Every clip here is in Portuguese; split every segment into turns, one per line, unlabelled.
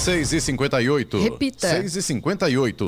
6h58.
Repita.
6h58.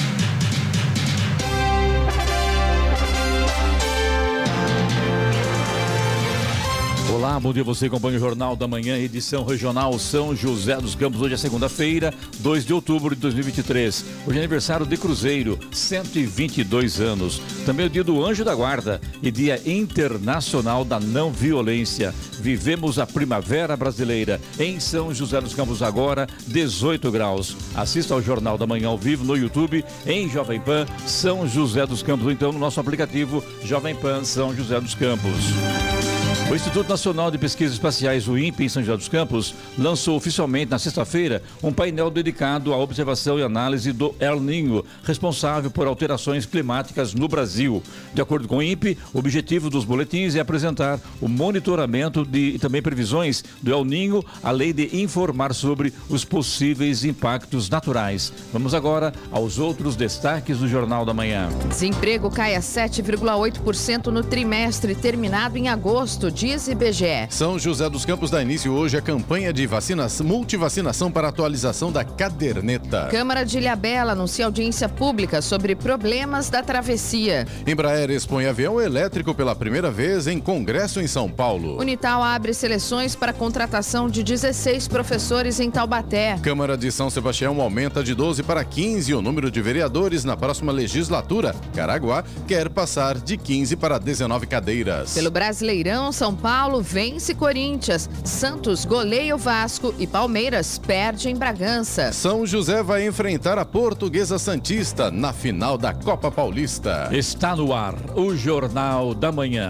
Olá, bom dia, você acompanha o Jornal da Manhã, edição regional São José dos Campos. Hoje é segunda-feira, 2 de outubro de 2023. Hoje é aniversário de Cruzeiro, 122 anos. Também é o dia do Anjo da Guarda e dia internacional da não violência. Vivemos a primavera brasileira em São José dos Campos agora, 18 graus. Assista ao Jornal da Manhã ao vivo no YouTube, em Jovem Pan São José dos Campos, ou então no nosso aplicativo Jovem Pan São José dos Campos. O Instituto Nacional de Pesquisas Espaciais, o INPE, em São José dos Campos, lançou oficialmente na sexta-feira um painel dedicado à observação e análise do El Niño, responsável por alterações climáticas no Brasil. De acordo com o INPE, o objetivo dos boletins é apresentar o monitoramento e também previsões do El Niño, além de informar sobre os possíveis impactos naturais. Vamos agora aos outros destaques do Jornal da Manhã.
Desemprego cai a 7,8% no trimestre terminado em agosto, diz IBGE.
São José dos Campos dá início hoje a campanha de multivacinação para atualização da caderneta.
Câmara de Ilhabela anuncia audiência pública sobre problemas da travessia.
Embraer expõe avião elétrico pela primeira vez em congresso em São Paulo.
Unital abre seleções para contratação de 16 professores em Taubaté.
Câmara de São Sebastião aumenta de 12 para 15 o número de vereadores na próxima legislatura. Caraguá quer passar de 15 para 19 cadeiras.
Pelo Brasileirão, São Paulo vence Corinthians, Santos goleia o Vasco e Palmeiras perde em Bragança.
São José vai enfrentar a Portuguesa Santista na final da Copa Paulista.
Está no ar o Jornal da Manhã.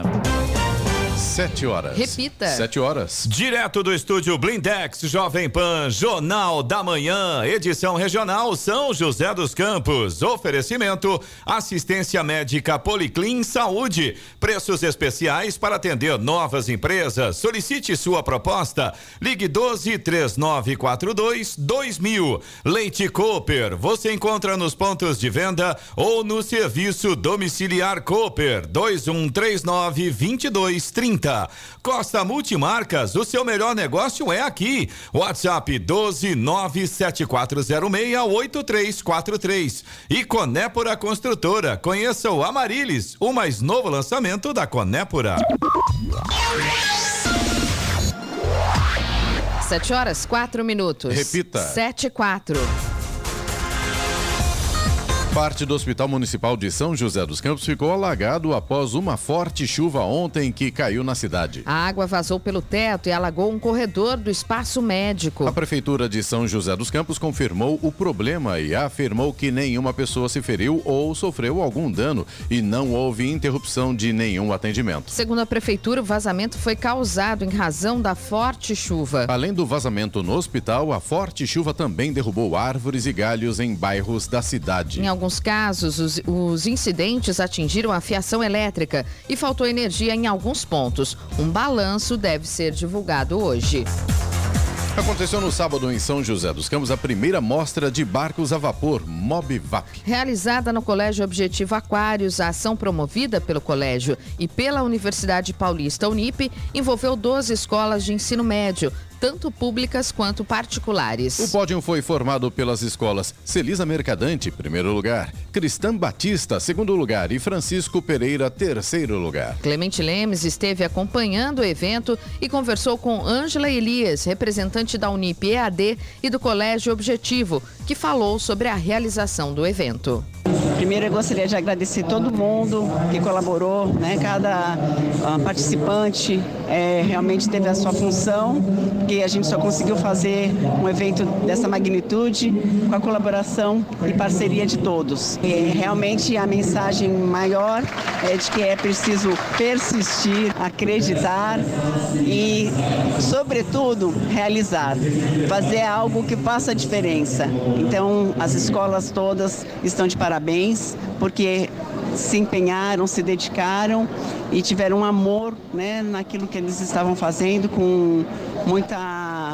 7 horas.
Repita.
7 horas.
Direto do estúdio Blindex, Jovem Pan, Jornal da Manhã, edição regional São José dos Campos. Oferecimento, assistência médica Policlin Saúde. Preços especiais para atender novas empresas. Solicite sua proposta. Ligue 12-3942-2000. Leite Cooper, você encontra nos pontos de venda ou no serviço domiciliar Cooper, 2139-2230. Costa Multimarcas, o seu melhor negócio é aqui. WhatsApp 12974068343. E Conépora Construtora, conheça o Amarilis, o mais novo lançamento da Conépora.
7 horas, 4 minutos.
Repita.
7:04.
Parte do Hospital Municipal de São José dos Campos ficou alagado após uma forte chuva ontem que caiu na cidade.
A água vazou pelo teto e alagou um corredor do espaço médico.
A Prefeitura de São José dos Campos confirmou o problema e afirmou que nenhuma pessoa se feriu ou sofreu algum dano e não houve interrupção de nenhum atendimento.
Segundo a Prefeitura, o vazamento foi causado em razão da forte chuva.
Além do vazamento no hospital, a forte chuva também derrubou árvores e galhos em bairros da cidade.
Em alguns casos, os incidentes atingiram a fiação elétrica e faltou energia em alguns pontos. Um balanço deve ser divulgado hoje.
Aconteceu no sábado em São José dos Campos a primeira mostra de barcos a vapor, MobVap.
Realizada no Colégio Objetivo Aquários, a ação promovida pelo colégio e pela Universidade Paulista Unip envolveu 12 escolas de ensino médio, tanto públicas quanto particulares.
O pódio foi formado pelas escolas Celisa Mercadante, primeiro lugar, Cristã Batista, segundo lugar e Francisco Pereira, terceiro lugar.
Clemente Lemes esteve acompanhando o evento e conversou com Ângela Elias, representante da Unip EAD e do Colégio Objetivo, que falou sobre a realização do evento.
Primeiro eu gostaria de agradecer todo mundo que colaborou, né? Cada participante realmente teve a sua função, porque a gente só conseguiu fazer um evento dessa magnitude com a colaboração e parceria de todos. E realmente a mensagem maior é de que é preciso persistir, acreditar e, sobretudo, realizar. Fazer algo que faça a diferença. Então, as escolas todas estão de parabéns, porque se empenharam, se dedicaram e tiveram amor, né, naquilo que eles estavam fazendo, com muita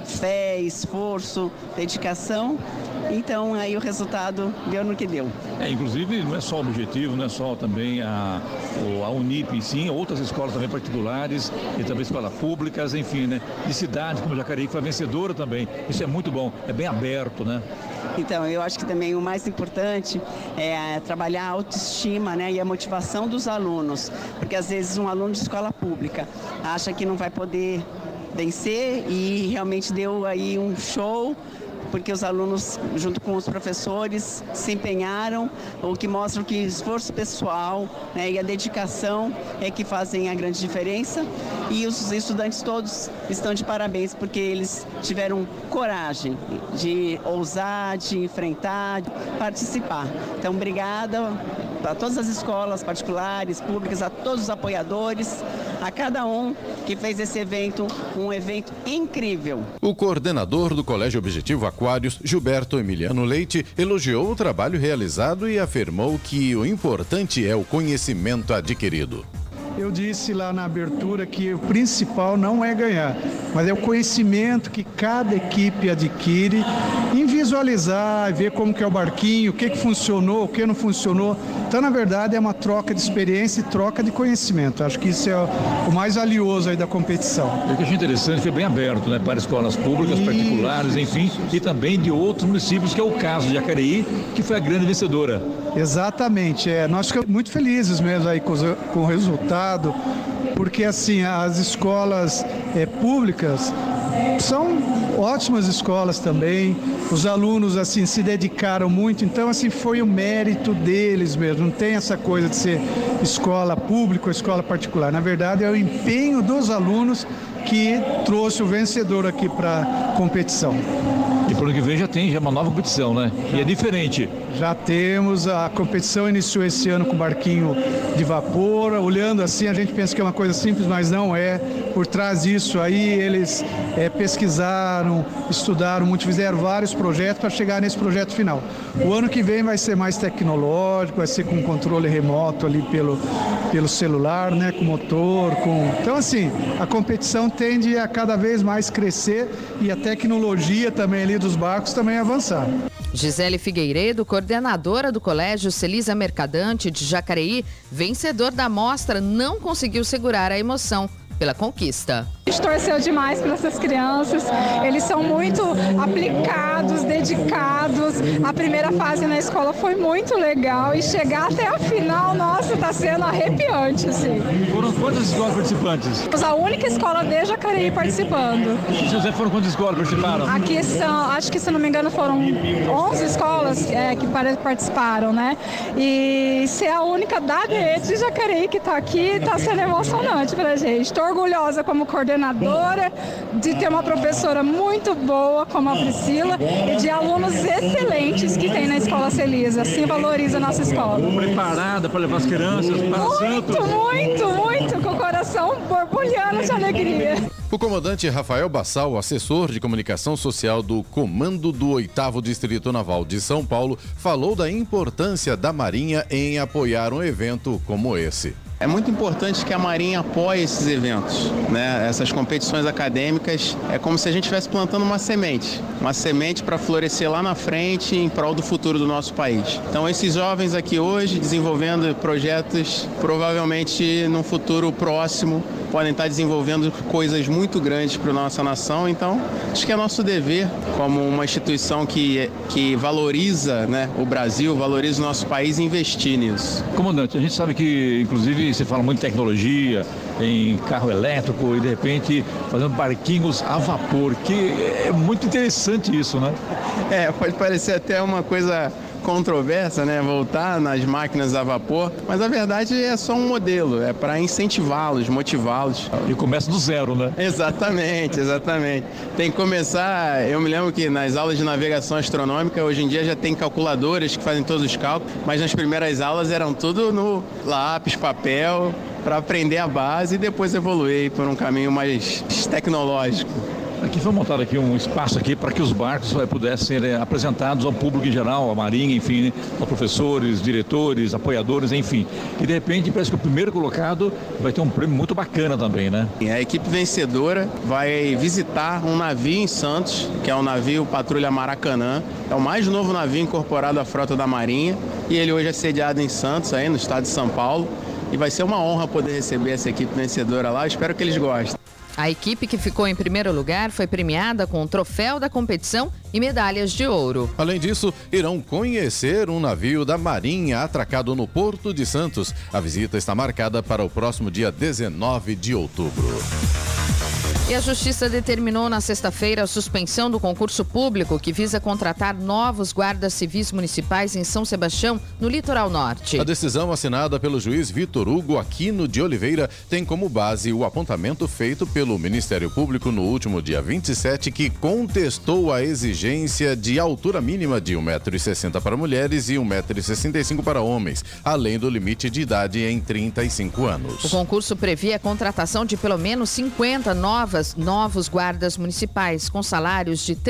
fé, esforço, dedicação. Então, aí o resultado deu no que deu.
Inclusive, não é só o Objetivo, não é só também a Unip, sim, outras escolas também particulares e também escolas públicas, enfim, né? De cidade, como Jacareí, que foi vencedora também. Isso é muito bom, é bem aberto, né?
Então, eu acho que também o mais importante é trabalhar a autoestima, né, e a motivação dos alunos, porque às vezes um aluno de escola pública acha que não vai poder vencer e realmente deu aí um show, porque os alunos, junto com os professores, se empenharam, o que mostra que o esforço pessoal, né, e a dedicação é que fazem a grande diferença. E os estudantes todos estão de parabéns, porque eles tiveram coragem de ousar, de enfrentar, de participar. Então, obrigada a todas as escolas particulares, públicas, a todos os apoiadores, a cada um que fez esse evento um evento incrível.
O coordenador do Colégio Objetivo Aquários, Gilberto Emiliano Leite, elogiou o trabalho realizado e afirmou que o importante é o conhecimento adquirido.
Eu disse lá na abertura que o principal não é ganhar, mas é o conhecimento que cada equipe adquire em visualizar, ver como que é o barquinho, o que funcionou, o que não funcionou. Então, na verdade, é uma troca de experiência e troca de conhecimento. Acho que isso é o mais valioso aí da competição.
O que eu achei interessante, foi bem aberto, né, para escolas públicas, particulares, enfim, e também de outros municípios, que é o caso de Jacareí, que foi a grande vencedora.
Exatamente, nós ficamos muito felizes mesmo aí com o resultado, porque assim, as escolas públicas são ótimas escolas também, os alunos assim se dedicaram muito, então assim foi o mérito deles mesmo, não tem essa coisa de ser escola pública ou escola particular, na verdade é o empenho dos alunos que trouxe o vencedor aqui para a competição.
E por ano que vem já tem uma nova competição, né? E é diferente.
Já temos, a competição iniciou esse ano com barquinho de vapor, olhando assim a gente pensa que é uma coisa simples, mas não é. Por trás disso aí eles pesquisaram, estudaram muito, fizeram vários projetos para chegar nesse projeto final. O ano que vem vai ser mais tecnológico, vai ser com controle remoto ali pelo celular, né, com motor, Então assim, a competição tende a cada vez mais crescer e a tecnologia também ali dos barcos também avançar.
Gisele Figueiredo, coordenadora do Colégio Celisa Mercadante de Jacareí, vencedor da mostra, não conseguiu segurar a emoção pela conquista.
A gente torceu demais para essas crianças, eles são muito aplicados, dedicados. A primeira fase na escola foi muito legal e chegar até a final, nossa, está sendo arrepiante, assim.
Foram quantas escolas participantes?
Somos a única escola de Jacareí participando.
José, foram quantas escolas participaram?
Aqui são, acho que se não me engano foram 11 escolas que participaram, né? E ser a única da rede de Jacareí que está aqui, está sendo emocionante pra gente. Estou orgulhosa como coordenadora de ter uma professora muito boa como a Priscila e de alunos excelentes que tem na Escola Celisa. Assim valoriza a nossa escola.
Preparada para levar as crianças para Santos?
Muito, com o coração borbulhando de alegria.
O comandante Rafael Bassal, assessor de comunicação social do Comando do 8º Distrito Naval de São Paulo, falou da importância da Marinha em apoiar um evento como esse.
É muito importante que a Marinha apoie esses eventos, né? Essas competições acadêmicas. É como se a gente estivesse plantando uma semente para florescer lá na frente em prol do futuro do nosso país. Então, esses jovens aqui hoje desenvolvendo projetos, provavelmente num futuro próximo, podem estar desenvolvendo coisas muito grandes para a nossa nação. Então, acho que é nosso dever, como uma instituição que valoriza, né, o Brasil, valoriza o nosso país, investir nisso.
Comandante, a gente sabe que, inclusive, você fala muito em tecnologia, em carro elétrico e, de repente, fazendo barquinhos a vapor, que é muito interessante isso, né?
Pode parecer até uma coisa controversa, né? Voltar nas máquinas a vapor, mas a verdade é só um modelo, é para incentivá-los, motivá-los.
E começa do zero, né?
Exatamente. Tem que começar, eu me lembro que nas aulas de navegação astronômica, hoje em dia já tem calculadoras que fazem todos os cálculos, mas nas primeiras aulas eram tudo no lápis, papel, para aprender a base e depois evoluir por um caminho mais tecnológico.
Aqui foi montado aqui um espaço aqui para que os barcos pudessem ser apresentados ao público em geral, à Marinha, enfim, né? Aos professores, diretores, apoiadores, enfim. E de repente parece que o primeiro colocado vai ter um prêmio muito bacana também, né?
A equipe vencedora vai visitar um navio em Santos, que é o navio Patrulha Maracanã. É o mais novo navio incorporado à frota da Marinha e ele hoje é sediado em Santos, aí no estado de São Paulo. E vai ser uma honra poder receber essa equipe vencedora lá. Espero que eles gostem.
A equipe que ficou em primeiro lugar foi premiada com o troféu da competição e medalhas de ouro.
Além disso, irão conhecer um navio da Marinha atracado no Porto de Santos. A visita está marcada para o próximo dia 19 de outubro.
E a Justiça determinou na sexta-feira a suspensão do concurso público que visa contratar novos guardas civis municipais em São Sebastião, no Litoral Norte.
A decisão assinada pelo juiz Vitor Hugo Aquino de Oliveira tem como base o apontamento feito pelo Ministério Público no último dia 27, que contestou a exigência de altura mínima de 1,60 m para mulheres e 1,65 m para homens, além do limite de idade em 35 anos.
O concurso previa a contratação de pelo menos 50 novos guardas municipais, com salários de R$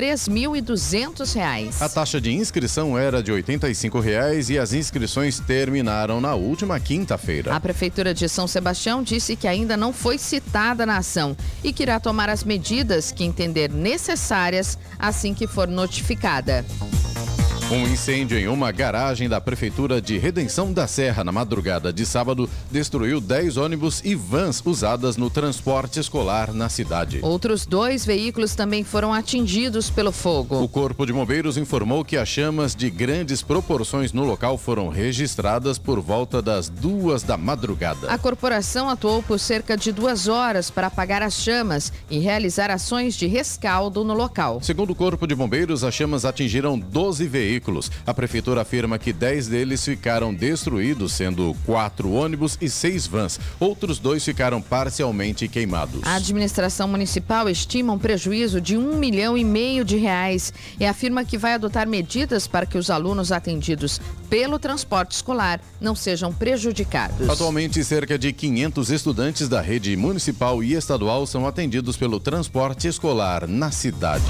3.200.
A taxa de inscrição era de R$ 85 e as inscrições terminaram na última quinta-feira.
A Prefeitura de São Sebastião disse que ainda não foi citada na ação e que irá tomar as medidas que entender necessárias assim que for notificada.
Um incêndio em uma garagem da Prefeitura de Redenção da Serra na madrugada de sábado destruiu 10 ônibus e vans usadas no transporte escolar na cidade.
Outros 2 veículos também foram atingidos pelo fogo.
O Corpo de Bombeiros informou que as chamas de grandes proporções no local foram registradas por volta das 2 da madrugada.
A corporação atuou por cerca de 2 horas para apagar as chamas e realizar ações de rescaldo no local.
Segundo o Corpo de Bombeiros, as chamas atingiram 12 veículos. A Prefeitura afirma que 10 deles ficaram destruídos, sendo 4 ônibus e 6 vans. Outros 2 ficaram parcialmente queimados.
A administração municipal estima um prejuízo de R$1,5 milhão e afirma que vai adotar medidas para que os alunos atendidos pelo transporte escolar não sejam prejudicados.
Atualmente, cerca de 500 estudantes da rede municipal e estadual são atendidos pelo transporte escolar na cidade.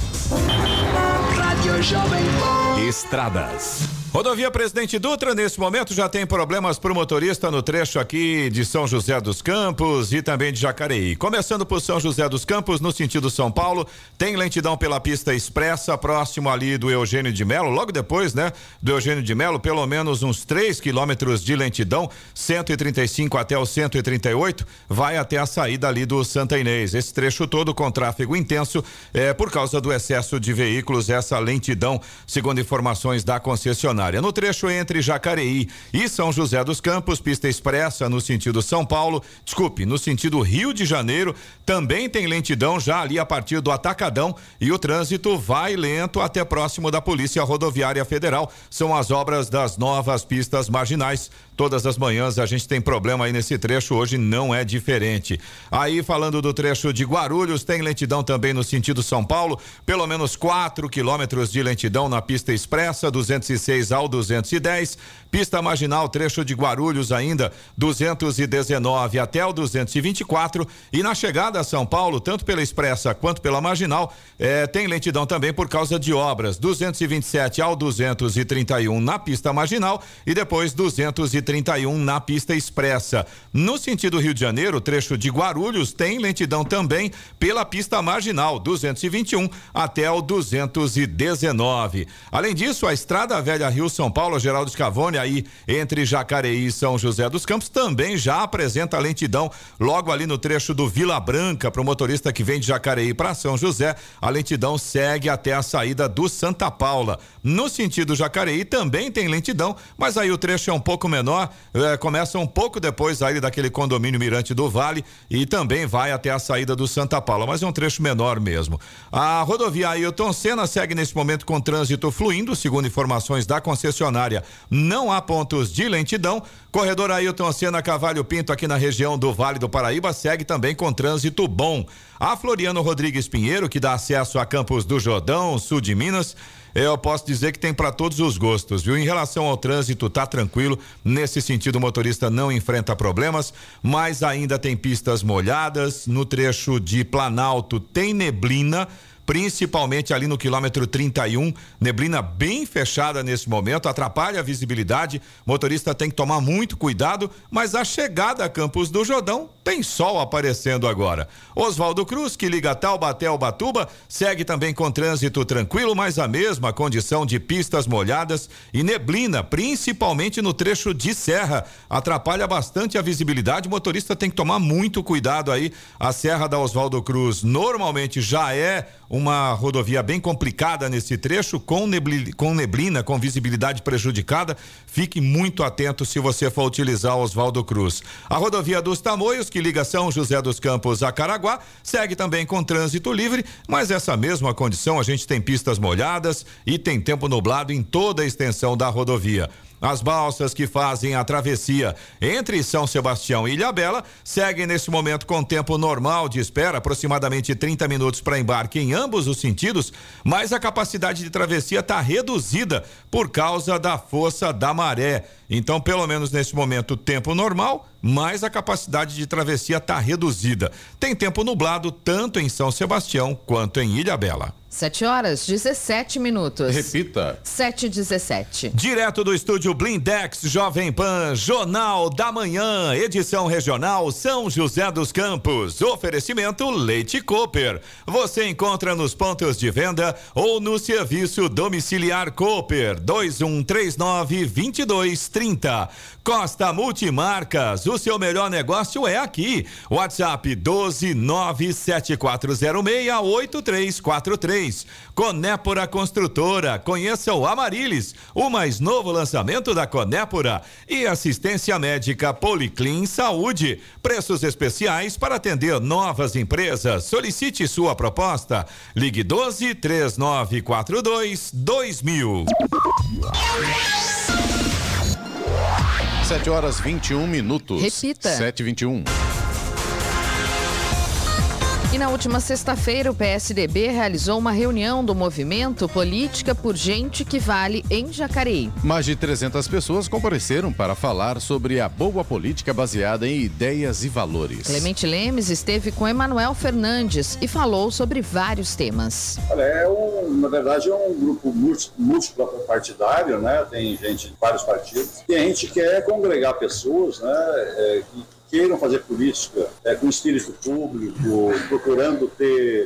Estradas. Rodovia Presidente Dutra, nesse momento já tem problemas para o motorista no trecho aqui de São José dos Campos e também de Jacareí. Começando por São José dos Campos, no sentido São Paulo, tem lentidão pela pista expressa, próximo ali do Eugênio de Melo, logo depois, né, do Eugênio de Melo, pelo menos uns 3 quilômetros de lentidão, 135 até o 138, vai até a saída ali do Santa Inês. Esse trecho todo com tráfego intenso, por causa do excesso de veículos, essa lentidão, segundo informações da concessionária. No trecho entre Jacareí e São José dos Campos, pista expressa no sentido São Paulo, no sentido Rio de Janeiro, também tem lentidão já ali a partir do Atacadão e o trânsito vai lento até próximo da Polícia Rodoviária Federal. São as obras das novas pistas marginais. Todas as manhãs a gente tem problema aí nesse trecho, hoje não é diferente. Aí falando do trecho de Guarulhos, tem lentidão também no sentido São Paulo, pelo menos 4 quilômetros de lentidão na pista expressa, 206 ao 210, pista marginal, trecho de Guarulhos ainda, 219 até o 224 e na chegada a São Paulo, tanto pela expressa quanto pela marginal, tem lentidão também por causa de obras, 227 ao 231 na pista marginal e depois 231 na pista expressa. No sentido Rio de Janeiro, trecho de Guarulhos tem lentidão também pela pista marginal, 221 até o 219. Além disso, a Estrada Velha Rio São Paulo, Geraldo Scavone, aí entre Jacareí e São José dos Campos, também já apresenta lentidão logo ali no trecho do Vila Branca, para o motorista que vem de Jacareí para São José, a lentidão segue até a saída do Santa Paula. No sentido Jacareí também tem lentidão, mas aí o trecho é um pouco menor, começa um pouco depois aí daquele condomínio Mirante do Vale e também vai até a saída do Santa Paula, mas é um trecho menor mesmo. A rodovia Ailton Senna segue nesse momento com trânsito fluindo, segundo informações da concessionária. concessionária não há pontos de lentidão. Corredor Ailton Senna Cavalho Pinto, aqui na região do Vale do Paraíba, segue também com trânsito bom. A Floriano Rodrigues Pinheiro, que dá acesso a Campos do Jordão, sul de Minas, eu posso dizer que tem para todos os gostos, viu? Em relação ao trânsito, tá tranquilo. Nesse sentido, o motorista não enfrenta problemas, mas ainda tem pistas molhadas. No trecho de Planalto tem neblina, principalmente ali no quilômetro 31, neblina bem fechada nesse momento, atrapalha a visibilidade, motorista tem que tomar muito cuidado, mas a chegada a Campos do Jordão tem sol aparecendo agora. Oswaldo Cruz, que liga Taubaté ao Ubatuba, segue também com trânsito tranquilo, mas a mesma condição de pistas molhadas e neblina, principalmente no trecho de serra, atrapalha bastante a visibilidade, o motorista tem que tomar muito cuidado aí. A Serra da Oswaldo Cruz normalmente já é uma rodovia bem complicada nesse trecho, com neblina, com visibilidade prejudicada. Fique muito atento se você for utilizar Oswaldo Cruz. A rodovia dos Tamoios, que liga São José dos Campos a Caraguá, segue também com trânsito livre, mas essa mesma condição, a gente tem pistas molhadas e tem tempo nublado em toda a extensão da rodovia. As balsas que fazem a travessia entre São Sebastião e Ilhabela seguem nesse momento com tempo normal de espera, aproximadamente 30 minutos para embarque em ambos os sentidos, mas a capacidade de travessia está reduzida por causa da força da maré. Então, pelo menos nesse momento, tempo normal, mas a capacidade de travessia está reduzida. Tem tempo nublado tanto em São Sebastião quanto em Ilhabela.
7:17.
Repita.
7:17.
Direto do estúdio Blindex Jovem Pan, Jornal da Manhã, edição regional São José dos Campos. Oferecimento Leite Cooper. Você encontra nos pontos de venda ou no serviço domiciliar Cooper 2139-2230. Costa Multimarcas, o seu melhor negócio é aqui. WhatsApp 12974068343. Conépora Construtora, conheça o Amarilis, o mais novo lançamento da Conépora. E assistência médica Policlin Saúde, preços especiais para atender novas empresas. Solicite sua proposta. Ligue 12-3942-2000.
7:21.
Repita.
7:21.
E na última sexta-feira, o PSDB realizou uma reunião do movimento Política por Gente que Vale em Jacareí.
Mais de 300 pessoas compareceram para falar sobre a boa política baseada em ideias e valores.
Clemente Lemes esteve com Emanuel Fernandes e falou sobre vários temas.
Olha, na verdade é um grupo múltiplo partidário, né? Tem gente de vários partidos e a gente quer congregar pessoas, né? Que queiram fazer política com espírito público, procurando ter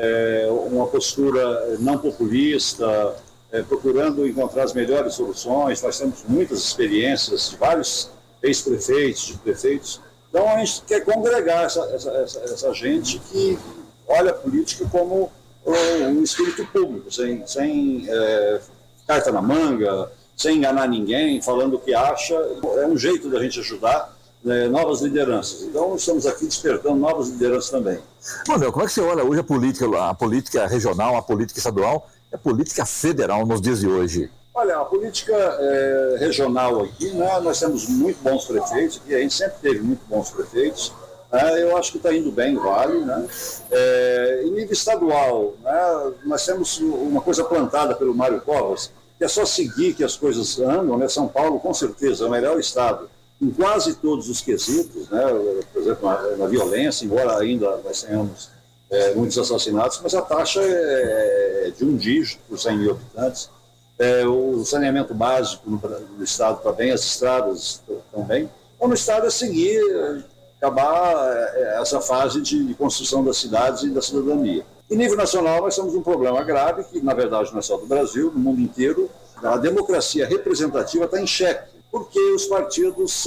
uma postura não populista, procurando encontrar as melhores soluções. Nós temos muitas experiências de vários ex-prefeitos, de prefeitos. Então a gente quer congregar essa gente que olha a política como um espírito público, sem carta na manga, sem enganar ninguém, falando o que acha. É um jeito da gente ajudar novas lideranças. Então, estamos aqui despertando novas lideranças também.
Manuel, como é que você olha hoje a política regional, a política estadual e a política federal nos dias de hoje?
Olha, a política regional aqui, né, nós temos muito bons prefeitos, aqui a gente sempre teve muito bons prefeitos. Eu acho que está indo bem, vale. Né? Em nível estadual, né, nós temos uma coisa plantada pelo Mário Covas, que é só seguir que as coisas andam, né? São Paulo, com certeza, é o melhor estado em quase todos os quesitos, né? Por exemplo, na violência, embora ainda nós tenhamos muitos assassinatos, mas a taxa é de 1 dígito por 100 mil habitantes. O saneamento básico no estado está bem, as estradas estão bem. Então, no estado é seguir, acabar essa fase de construção das cidades e da cidadania. Em nível nacional, nós temos um problema grave, que na verdade não é só do Brasil, no mundo inteiro. A democracia representativa está em xeque, porque os partidos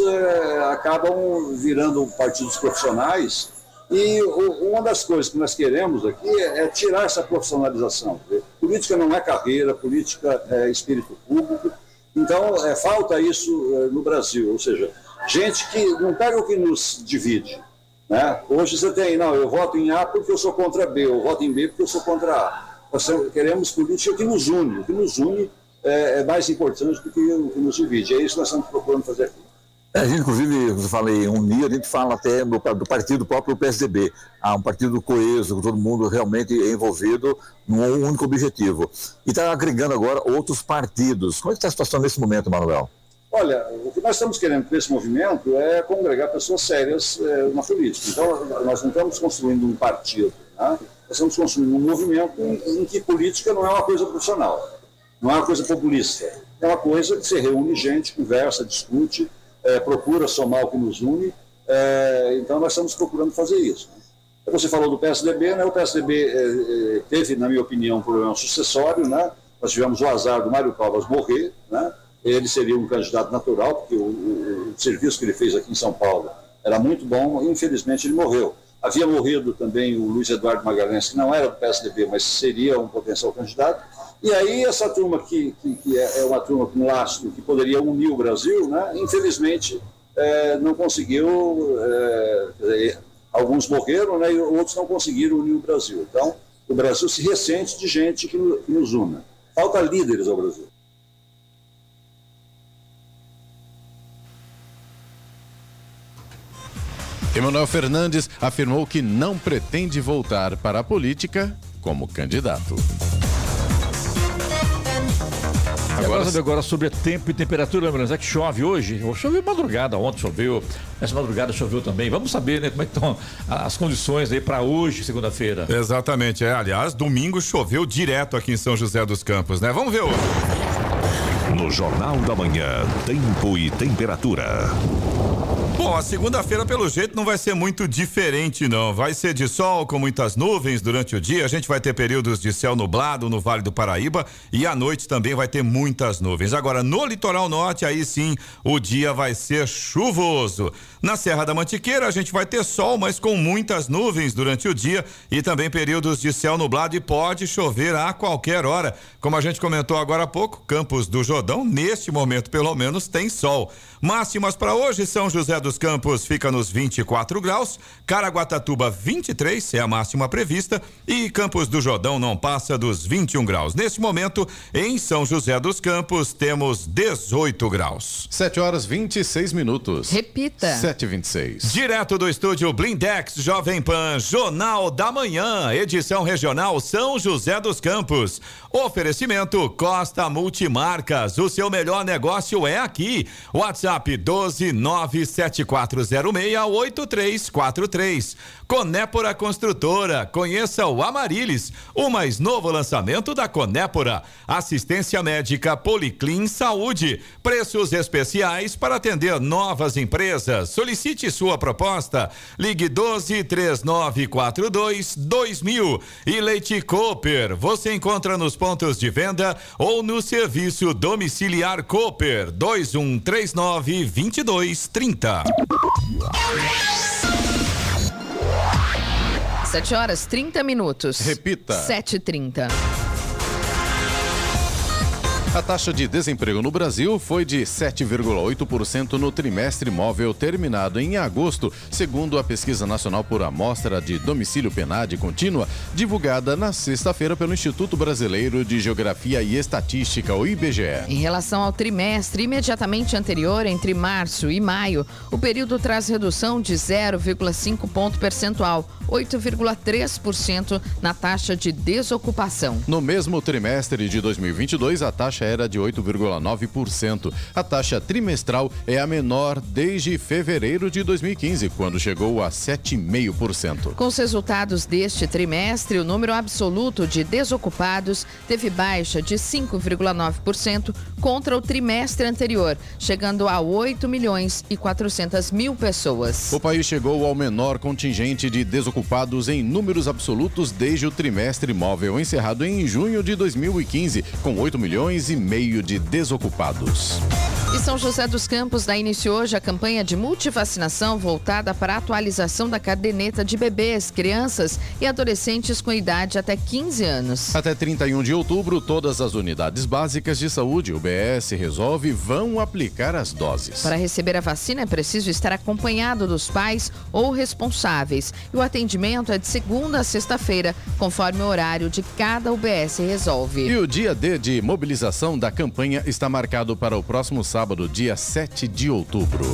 acabam virando partidos profissionais e uma das coisas que nós queremos aqui é tirar essa profissionalização. Política não é carreira, política é espírito público, então falta isso no Brasil, ou seja, gente que não pega o que nos divide. Né? Hoje você tem, não, eu voto em A porque eu sou contra B, eu voto em B porque eu sou contra A. Nós queremos política que nos une, é mais importante do que o que nos divide. É isso que nós estamos procurando fazer aqui.
A gente, inclusive, você fala em unir, a gente fala até do partido próprio, do PSDB. Um partido coeso, com todo mundo realmente envolvido num único objetivo. E está agregando agora outros partidos. Como é que está a situação nesse momento, Manuel?
Olha, o que nós estamos querendo com esse movimento é congregar pessoas sérias na política. Então, nós não estamos construindo um partido, né? Nós estamos construindo um movimento em que política não é uma coisa profissional, não é uma coisa populista. É uma coisa que se reúne gente, conversa, discute, procura somar o que nos une, então nós estamos procurando fazer isso. Você falou do PSDB, né? O PSDB teve, na minha opinião, um problema sucessório, né? Nós tivemos o azar do Mário Covas morrer, né? Ele seria um candidato natural, porque o serviço que ele fez aqui em São Paulo era muito bom, infelizmente ele morreu. Havia morrido também o Luiz Eduardo Magalhães, que não era do PSDB, mas seria um potencial candidato. E aí essa turma que é uma turma com lastro, que poderia unir o Brasil, né, infelizmente não conseguiu, alguns morreram, né, e outros não conseguiram unir o Brasil. Então o Brasil se ressente de gente que nos una. Falta líderes ao Brasil.
Emanuel Fernandes afirmou que não pretende voltar para a política como candidato.
Agora sobre tempo e temperatura, lembrando, é que chove hoje, choveu madrugada, ontem choveu, essa madrugada choveu também. Vamos saber, né, como é que estão as condições aí para hoje, segunda-feira.
Exatamente, aliás, domingo choveu direto aqui em São José dos Campos, né? Vamos ver hoje.
No Jornal da Manhã, tempo e temperatura.
Bom, a segunda-feira, pelo jeito, não vai ser muito diferente, não. Vai ser de sol com muitas nuvens durante o dia. A gente vai ter períodos de céu nublado no Vale do Paraíba e à noite também vai ter muitas nuvens. Agora, no litoral norte, aí sim, o dia vai ser chuvoso. Na Serra da Mantiqueira, a gente vai ter sol, mas com muitas nuvens durante o dia e também períodos de céu nublado e pode chover a qualquer hora. Como a gente comentou agora há pouco, Campos do Jordão, neste momento, pelo menos, tem sol. Máximas para hoje, São José dos Campos fica nos 24 graus, Caraguatatuba 23 é a máxima prevista e Campos do Jordão não passa dos 21 graus. Neste momento, em São José dos Campos, temos 18 graus.
7h26.
Repita.
7h26.
Direto do estúdio Blindex Jovem Pan, Jornal da Manhã, edição regional São José dos Campos. Oferecimento Costa Multimarcas, o seu melhor negócio é aqui. WhatsApp 12974068343. Conépora Construtora, conheça o Amarilis, o mais novo lançamento da Conépora. Assistência médica Policlin Saúde, preços especiais para atender novas empresas. Solicite sua proposta, ligue 1239422000. E Leite Cooper, você encontra nos pontos de venda ou no serviço domiciliar Cooper 2139-2230.
7h30.
Repita.
7h30.
A taxa de desemprego no Brasil foi de 7,8% no trimestre móvel terminado em agosto, segundo a Pesquisa Nacional por Amostra de Domicílio PNAD Contínua, divulgada na sexta-feira pelo Instituto Brasileiro de Geografia e Estatística, o IBGE.
Em relação ao trimestre imediatamente anterior, entre março e maio, o período traz redução de 0,5 ponto percentual, 8,3% na taxa de desocupação.
No mesmo trimestre de 2022, a taxa era de 8,9%. A taxa trimestral é a menor desde fevereiro de 2015, quando chegou a 7,5%.
Com os resultados deste trimestre, o número absoluto de desocupados teve baixa de 5,9% contra o trimestre anterior, chegando a 8.400.000 pessoas.
O país chegou ao menor contingente de desocupados em números absolutos desde o trimestre móvel encerrado em junho de 2015, com 8,5 milhões de desocupados.
E São José dos Campos dá início hoje a campanha de multivacinação voltada para a atualização da caderneta de bebês, crianças e adolescentes com idade até 15 anos.
Até 31 de outubro, todas as unidades básicas de saúde, UBS Resolve, vão aplicar as doses.
Para receber a vacina é preciso estar acompanhado dos pais ou responsáveis. E o atendimento é de segunda a sexta-feira, conforme o horário de cada UBS Resolve.
E o dia D de mobilização da campanha está marcado para o próximo sábado, dia 7 de outubro.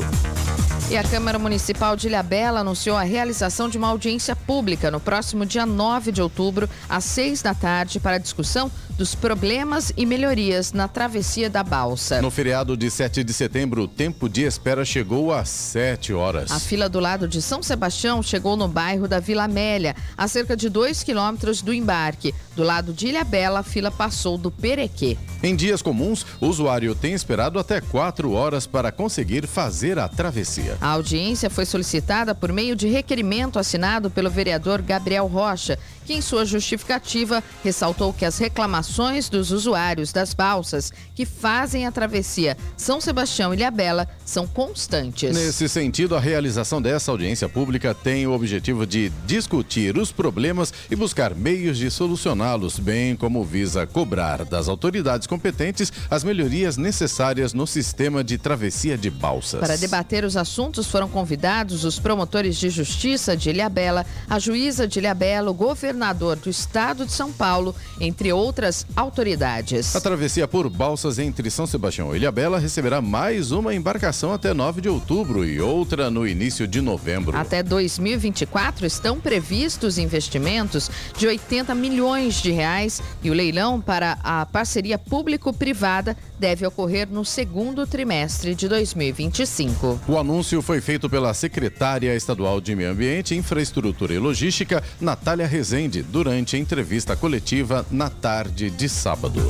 E a Câmara Municipal de Ilhabela anunciou a realização de uma audiência pública no próximo dia 9 de outubro, às 6 da tarde, para a discussão dos problemas e melhorias na travessia da balsa.
No feriado de 7 de setembro, o tempo de espera chegou a 7 horas.
A fila do lado de São Sebastião chegou no bairro da Vila Amélia, a cerca de 2 quilômetros do embarque. Do lado de Ilhabela, a fila passou do Perequê.
Em dias comuns, o usuário tem esperado até 4 horas para conseguir fazer a travessia.
A audiência foi solicitada por meio de requerimento assinado pelo vereador Gabriel Rocha, que em sua justificativa ressaltou que as reclamações dos usuários das balsas que fazem a travessia São Sebastião e Ilhabela são constantes.
Nesse sentido, a realização dessa audiência pública tem o objetivo de discutir os problemas e buscar meios de solucioná-los, bem como visa cobrar das autoridades competentes as melhorias necessárias no sistema de travessia de balsas.
Para debater os assuntos foram convidados os promotores de justiça de Ilhabela, a juíza de Ilhabela, o governador do estado de São Paulo, entre outras autoridades.
A travessia por balsas entre São Sebastião e Ilhabela receberá mais uma embarcação até 9 de outubro e outra no início de novembro.
Até 2024 estão previstos investimentos de 80 milhões de reais e o leilão para a parceria público-privada deve ocorrer no segundo trimestre de 2025.
O anúncio foi feito pela secretária estadual de Meio Ambiente, Infraestrutura e Logística, Natália Rezende, durante a entrevista coletiva na tarde de sábado.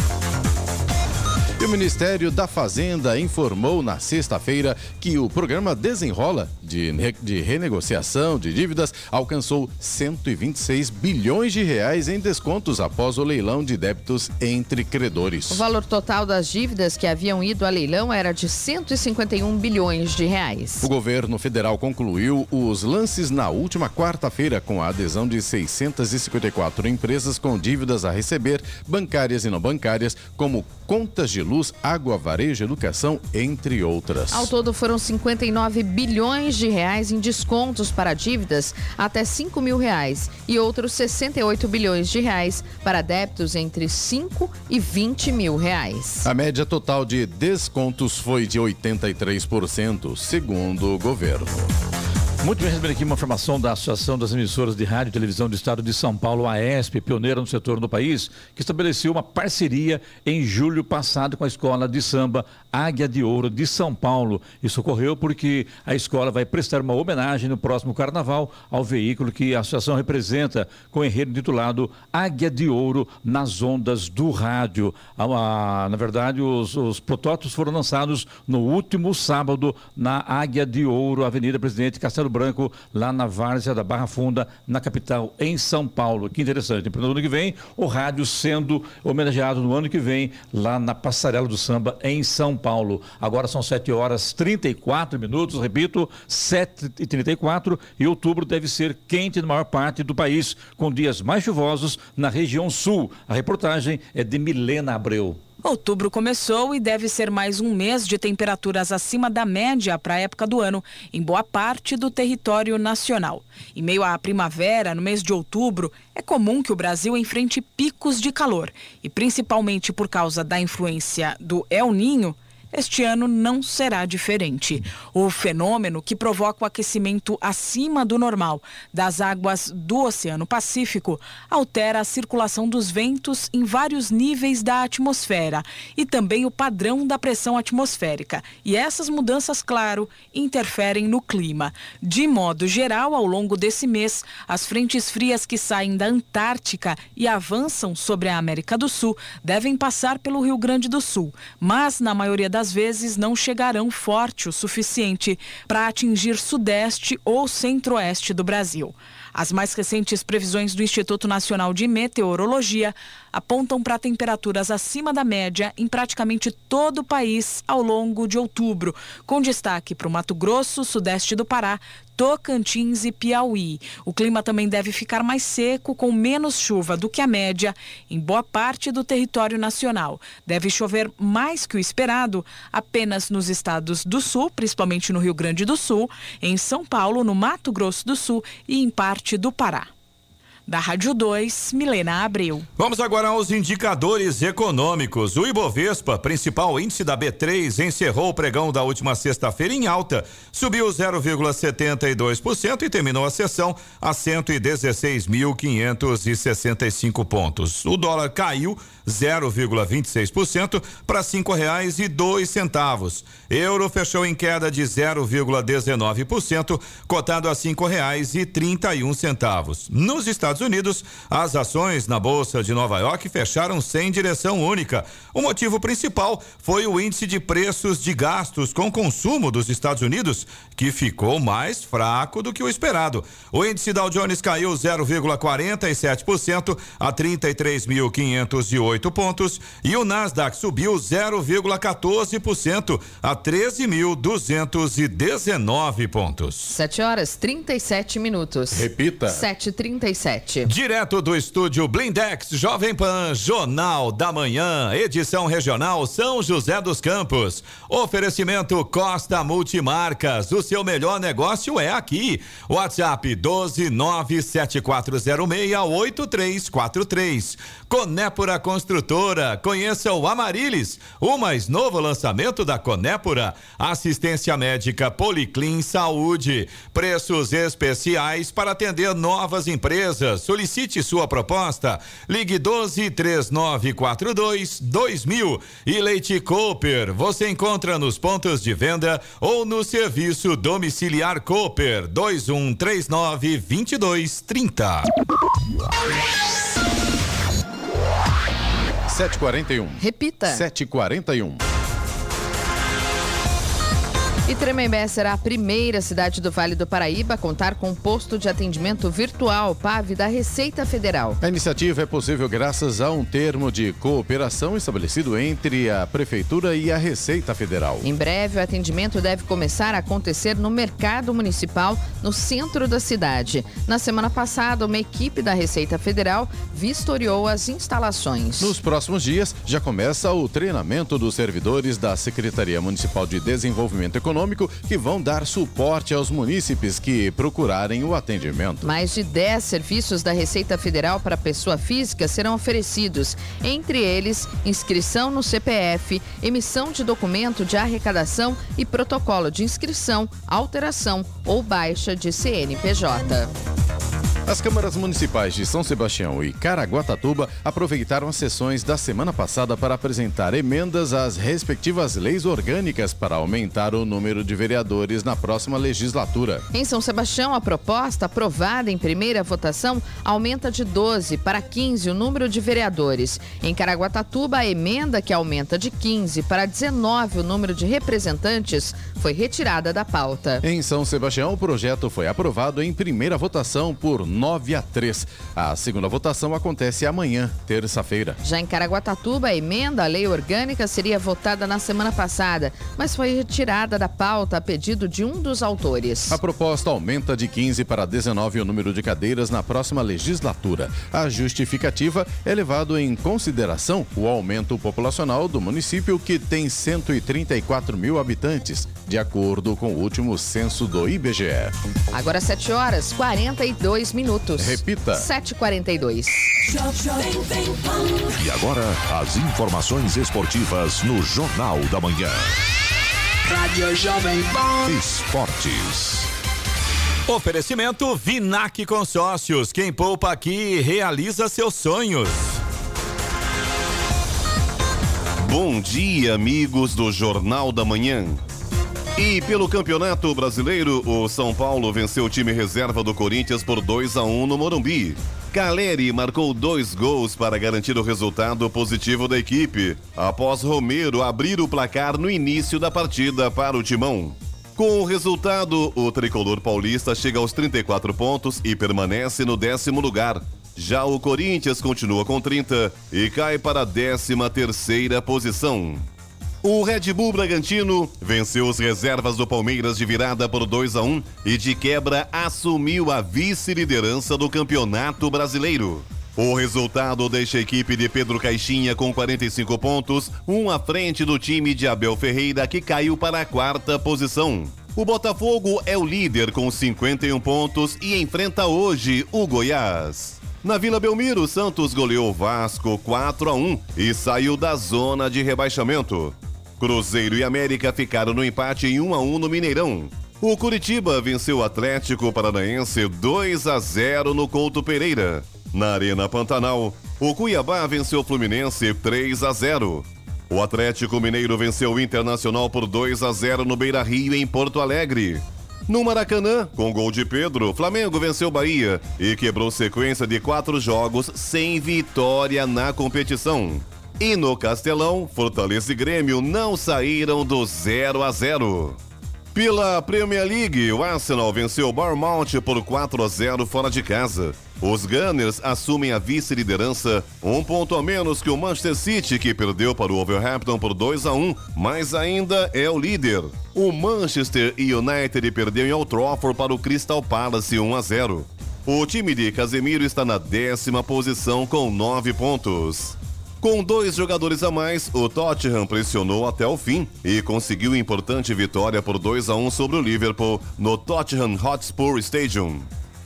E o Ministério da Fazenda informou na sexta-feira que o programa Desenrola de renegociação de dívidas alcançou 126 bilhões de reais em descontos após o leilão de débitos entre credores.
O valor total das dívidas que haviam ido a leilão era de 151 bilhões de reais.
O governo federal concluiu os lances na última quarta-feira com a adesão de 654 empresas com dívidas a receber, bancárias e não bancárias, como contas de luz, água, varejo, educação, entre outras.
Ao todo foram 59 bilhões de reais em descontos para dívidas até R$5 mil e outros 68 bilhões de reais para débitos entre 5 e 20 mil reais.
A média total de descontos foi de 83%, segundo o governo.
Muito bem, recebendo aqui uma informação da Associação das Emissoras de Rádio e Televisão do Estado de São Paulo, a AESP, pioneira no setor do país, que estabeleceu uma parceria em julho passado com a Escola de Samba Águia de Ouro de São Paulo. Isso ocorreu porque a escola vai prestar uma homenagem no próximo carnaval ao veículo que a associação representa, com o enredo intitulado Águia de Ouro nas ondas do rádio. Na verdade, os protótipos foram lançados no último sábado na Águia de Ouro, Avenida Presidente Castelo Branco, lá na várzea da Barra Funda, na capital, em São Paulo. Que interessante. No ano que vem, o rádio sendo homenageado no ano que vem, lá na Passarela do Samba, em São Paulo. Agora são 7h34, repito, 7h34, e outubro deve ser quente na maior parte do país, com dias mais chuvosos na região sul. A reportagem é de Milena Abreu.
Outubro começou e deve ser mais um mês de temperaturas acima da média para a época do ano, em boa parte do território nacional. Em meio à primavera, no mês de outubro, é comum que o Brasil enfrente picos de calor. E principalmente por causa da influência do El Niño, este ano não será diferente. O fenômeno, que provoca o aquecimento acima do normal das águas do Oceano Pacífico, altera a circulação dos ventos em vários níveis da atmosfera e também o padrão da pressão atmosférica. E essas mudanças, claro, interferem no clima. De modo geral, ao longo desse mês, as frentes frias que saem da Antártica e avançam sobre a América do Sul devem passar pelo Rio Grande do Sul, mas na maioria das vezes não chegarão forte o suficiente para atingir sudeste ou centro-oeste do Brasil. As mais recentes previsões do Instituto Nacional de Meteorologia apontam para temperaturas acima da média em praticamente todo o país ao longo de outubro, com destaque para o Mato Grosso, sudeste do Pará, Tocantins e Piauí. O clima também deve ficar mais seco, com menos chuva do que a média em boa parte do território nacional. Deve chover mais que o esperado apenas nos estados do sul, principalmente no Rio Grande do Sul, em São Paulo, no Mato Grosso do Sul e em parte do Pará. Da Rádio 2, Milena Abreu.
Vamos agora aos indicadores econômicos. O Ibovespa, principal índice da B3, encerrou o pregão da última sexta-feira em alta. Subiu 0,72% e terminou a sessão a 116.565 pontos. O dólar caiu 0,26% para R$5,02. Euro fechou em queda de 0,19%, cotado a R$5,31. Nos Estados Unidos, as ações na Bolsa de Nova York fecharam sem direção única. O motivo principal foi o índice de preços de gastos com consumo dos Estados Unidos, que ficou mais fraco do que o esperado. O índice Dow Jones caiu 0,47% a 33.508 pontos e o Nasdaq subiu 0,14% a 13.219 pontos.
7h37.
Repita.
7h37.
Direto do estúdio Blindex Jovem Pan, Jornal da Manhã, edição regional São José dos Campos. Oferecimento Costa Multimarcas, o seu melhor negócio é aqui. WhatsApp 12974068343. Conépora Construtora, conheça o Amarilis, o mais novo lançamento da Conépora. Assistência médica Policlin Saúde, preços especiais para atender novas empresas. Solicite sua proposta. Ligue 123942-2000. E Leite Cooper, você encontra nos pontos de venda ou no serviço domiciliar Cooper 2139-2230.
7h41.
Repita.
7h41.
E Tremembé será a primeira cidade do Vale do Paraíba a contar com um posto de atendimento virtual PAV da Receita Federal.
A iniciativa é possível graças a um termo de cooperação estabelecido entre a Prefeitura e a Receita Federal.
Em breve, o atendimento deve começar a acontecer no mercado municipal, no centro da cidade. Na semana passada, uma equipe da Receita Federal vistoriou as instalações.
Nos próximos dias, já começa o treinamento dos servidores da Secretaria Municipal de Desenvolvimento Econômico, que vão dar suporte aos munícipes que procurarem o atendimento.
Mais de 10 serviços da Receita Federal para pessoa física serão oferecidos, entre eles inscrição no CPF, emissão de documento de arrecadação e protocolo de inscrição, alteração ou baixa de CNPJ.
As câmaras municipais de São Sebastião e Caraguatatuba aproveitaram as sessões da semana passada para apresentar emendas às respectivas leis orgânicas para aumentar o número de vereadores na próxima legislatura.
Em São Sebastião, a proposta aprovada em primeira votação aumenta de 12 para 15 o número de vereadores. Em Caraguatatuba, a emenda que aumenta de 15 para 19 o número de representantes foi retirada da pauta.
Em São Sebastião, o projeto foi aprovado em primeira votação por 9-3. A segunda votação acontece amanhã, terça-feira.
Já em Caraguatatuba, a emenda à lei orgânica seria votada na semana passada, mas foi retirada da pauta a pedido de um dos autores.
A proposta aumenta de 15 para 19 o número de cadeiras na próxima legislatura. A justificativa é levado em consideração o aumento populacional do município, que tem 134 mil habitantes, de acordo com o último censo do IBGE.
Agora 7h42.
Repita.
7h42.
E agora, as informações esportivas no Jornal da Manhã.
Rádio Jovem Pan.
Esportes.
Oferecimento Vinac Consórcios. Quem poupa aqui realiza seus sonhos.
Bom dia, amigos do Jornal da Manhã. E pelo Campeonato Brasileiro, o São Paulo venceu o time reserva do Corinthians por 2-1 no Morumbi. Caleri marcou 2 gols para garantir o resultado positivo da equipe, após Romero abrir o placar no início da partida para o Timão. Com o resultado, o tricolor paulista chega aos 34 pontos e permanece no 10º lugar. Já o Corinthians continua com 30 e cai para a 13ª posição. O Red Bull Bragantino venceu os reservas do Palmeiras de virada por 2-1 e de quebra assumiu a vice-liderança do Campeonato Brasileiro. O resultado deixa a equipe de Pedro Caixinha com 45 pontos, à frente do time de Abel Ferreira, que caiu para a 4ª posição. O Botafogo é o líder com 51 pontos e enfrenta hoje o Goiás. Na Vila Belmiro, o Santos goleou o Vasco 4-1 e saiu da zona de rebaixamento. Cruzeiro e América ficaram no empate em 1-1 no Mineirão. O Curitiba venceu o Atlético Paranaense 2-0 no Couto Pereira. Na Arena Pantanal, o Cuiabá venceu o Fluminense 3-0. O Atlético Mineiro venceu o Internacional por 2-0 no Beira-Rio, em Porto Alegre. No Maracanã, com gol de Pedro, Flamengo venceu o Bahia e quebrou sequência de 4 jogos sem vitória na competição. E no Castelão, Fortaleza e Grêmio não saíram do 0-0. Pela Premier League, o Arsenal venceu o Bournemouth por 4-0 fora de casa. Os Gunners assumem a vice-liderança, 1 ponto a menos que o Manchester City, que perdeu para o Wolverhampton por 2-1, mas ainda é o líder. O Manchester United perdeu em Old Trafford para o Crystal Palace 1-0. O time de Casemiro está na 10ª posição com 9 pontos. Com 2 jogadores a mais, o Tottenham pressionou até o fim e conseguiu importante vitória por 2-1 sobre o Liverpool no Tottenham Hotspur Stadium.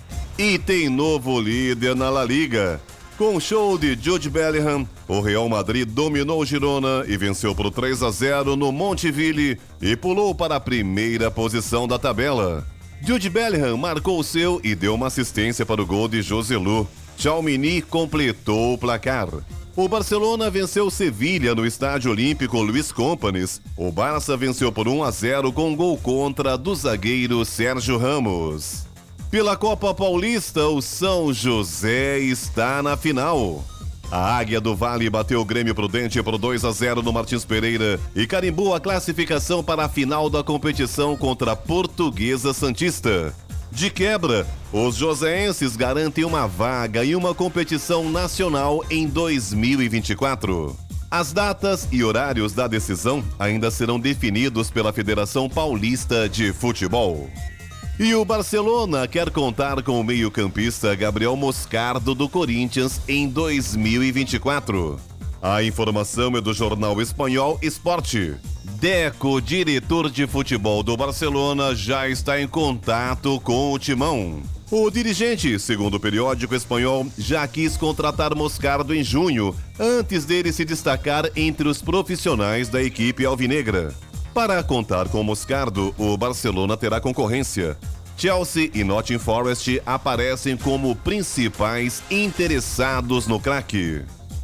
E tem novo líder na La Liga. Com o show de Jude Bellingham, o Real Madrid dominou o Girona e venceu por 3-0 no Montevideo e pulou para a 1ª posição da tabela. Jude Bellingham marcou o seu e deu uma assistência para o gol de Joselu. Tchouaméni completou o placar. O Barcelona venceu o Sevilha no Estádio Olímpico Luís Companys. O Barça venceu por 1-0 com gol contra do zagueiro Sérgio Ramos. Pela Copa Paulista, o São José está na final. A Águia do Vale bateu o Grêmio Prudente por 2-0 no Martins Pereira e carimbou a classificação para a final da competição contra a Portuguesa Santista. De quebra, os joseenses garantem uma vaga em uma competição nacional em 2024. As datas e horários da decisão ainda serão definidos pela Federação Paulista de Futebol. E o Barcelona quer contar com o meio-campista Gabriel Moscardo do Corinthians em 2024. A informação é do jornal espanhol Esporte. Deco, diretor de futebol do Barcelona, já está em contato com o timão. O dirigente, segundo o periódico espanhol, já quis contratar Moscardo em junho, antes dele se destacar entre os profissionais da equipe alvinegra. Para contar com Moscardo, o Barcelona terá concorrência. Chelsea e Nottingham Forest aparecem como principais interessados no craque.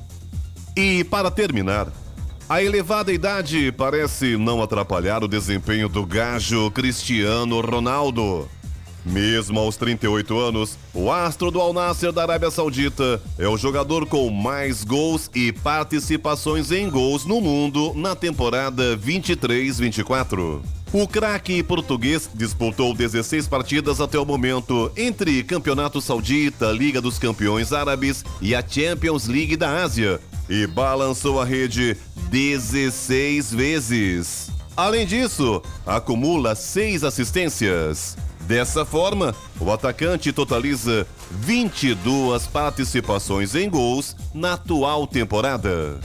E para terminar, a elevada idade parece não atrapalhar o desempenho do gajo Cristiano Ronaldo. Mesmo aos 38 anos, o astro do Al Nassr da Arábia Saudita é o jogador com mais gols e participações em gols no mundo na temporada 23-24. O craque português disputou 16 partidas até o momento entre Campeonato Saudita, Liga dos Campeões Árabes e a Champions League da Ásia e balançou a rede 16 vezes. Além disso, acumula 6 assistências. Dessa forma, o atacante totaliza 22 participações em gols na atual temporada.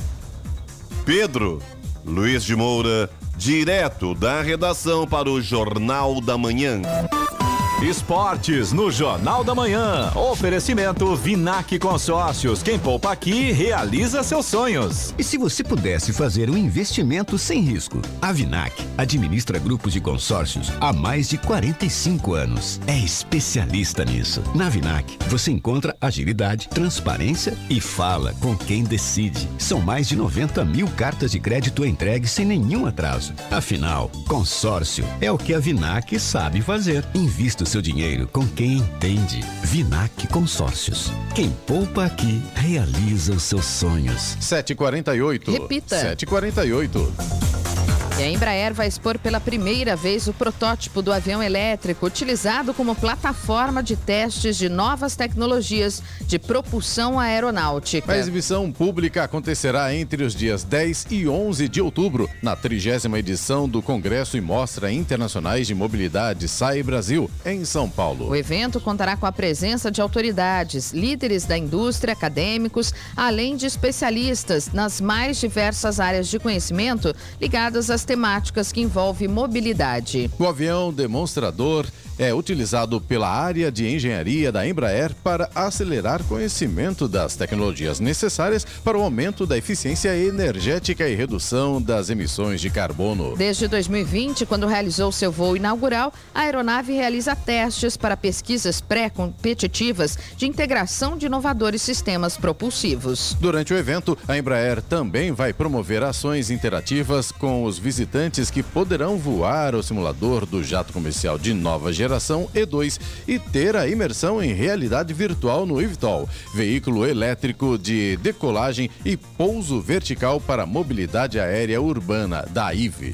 Pedro Luiz de Moura, direto da redação para o Jornal da Manhã.
Esportes no Jornal da Manhã. Oferecimento Vinac Consórcios. Quem poupa aqui realiza seus sonhos.
E se você pudesse fazer um investimento sem risco? A Vinac administra grupos de consórcios há mais de 45 anos. É especialista nisso. Na Vinac, você encontra agilidade, transparência e fala com quem decide. São mais de 90 mil cartas de crédito entregues sem nenhum atraso. Afinal, consórcio é o que a Vinac sabe fazer. Invista o seu dinheiro com quem entende. Vinac Consórcios. Quem poupa aqui realiza os seus sonhos.
7h48.
Repita.
7h48.
E a Embraer vai expor pela primeira vez o protótipo do avião elétrico utilizado como plataforma de testes de novas tecnologias de propulsão aeronáutica.
A exibição pública acontecerá entre os dias 10 e 11 de outubro, na 30ª edição do Congresso e Mostra Internacionais de Mobilidade SAI Brasil, em São Paulo.
O evento contará com a presença de autoridades, líderes da indústria, acadêmicos, além de especialistas nas mais diversas áreas de conhecimento ligadas às temáticas que envolvem mobilidade.
O avião demonstrador é utilizado pela área de engenharia da Embraer para acelerar conhecimento das tecnologias necessárias para o aumento da eficiência energética e redução das emissões de carbono.
Desde 2020, quando realizou seu voo inaugural, a aeronave realiza testes para pesquisas pré-competitivas de integração de inovadores sistemas propulsivos.
Durante o evento, a Embraer também vai promover ações interativas com os visitantes que poderão voar o simulador do jato comercial de nova geração E2 e ter a imersão em realidade virtual no eVTOL, veículo elétrico de decolagem e pouso vertical para mobilidade aérea urbana da IVE.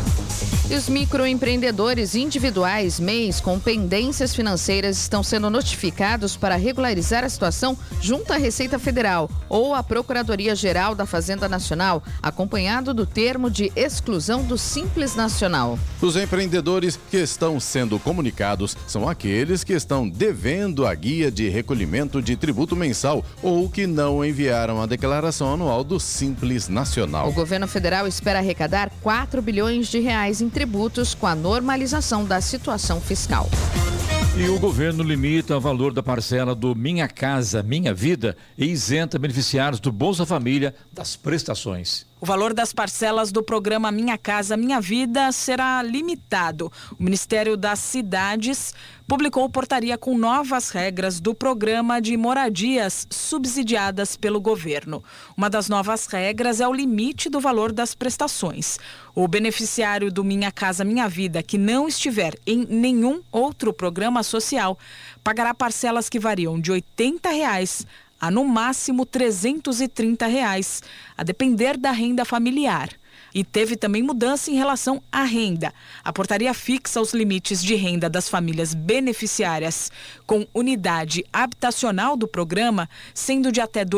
E os microempreendedores individuais, MEIs, com pendências financeiras estão sendo notificados para regularizar a situação junto à Receita Federal ou à Procuradoria-Geral da Fazenda Nacional, acompanhado do termo de exclusão do Simples Nacional.
Os empreendedores que estão sendo comunicados são aqueles que estão devendo a guia de recolhimento de tributo mensal ou que não enviaram a declaração anual do Simples Nacional.
O governo federal espera arrecadar 4 bilhões de reais em tributos com a normalização da situação fiscal.
E o governo limita o valor da parcela do Minha Casa, Minha Vida e isenta beneficiários do Bolsa Família das prestações.
O valor das parcelas do programa Minha Casa Minha Vida será limitado. O Ministério das Cidades publicou portaria com novas regras do programa de moradias subsidiadas pelo governo. Uma das novas regras é o limite do valor das prestações. O beneficiário do Minha Casa Minha Vida que não estiver em nenhum outro programa social pagará parcelas que variam de R$ 80 a no máximo R$ 330, a depender da renda familiar. E teve também mudança em relação à renda. A portaria fixa os limites de renda das famílias beneficiárias com unidade habitacional do programa, sendo de até R$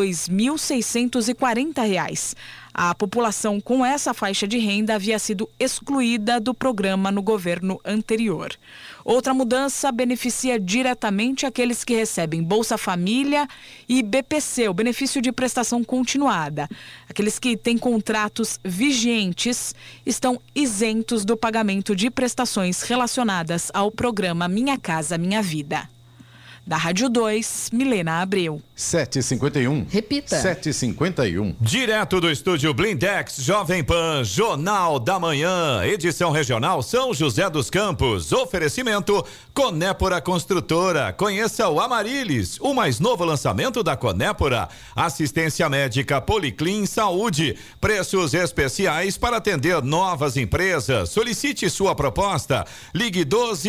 2.640. A população com essa faixa de renda havia sido excluída do programa no governo anterior. Outra mudança beneficia diretamente aqueles que recebem Bolsa Família e BPC, o benefício de prestação continuada. Aqueles que têm contratos vigentes estão isentos do pagamento de prestações relacionadas ao programa Minha Casa Minha Vida. Da Rádio 2, Milena Abreu.
7h51.
Repita.
7h51.
Direto do estúdio Blindex, Jovem Pan, Jornal da Manhã, edição regional São José dos Campos. Oferecimento Conépora Construtora. Conheça o Amarilis, o mais novo lançamento da Conépora. Assistência médica Policlin Saúde. Preços especiais para atender novas empresas. Solicite sua proposta. Ligue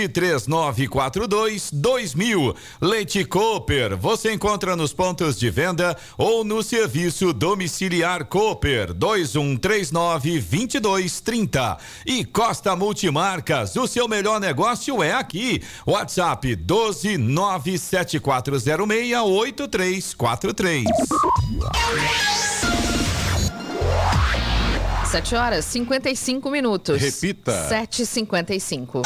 12-3942-2000. Leite Cooper, você encontra nos pontos de venda ou no serviço domiciliar Cooper 2139-2230. E Costa Multimarcas, o seu melhor negócio é aqui. WhatsApp 12974068343.
7h55.
Repita.
7h55.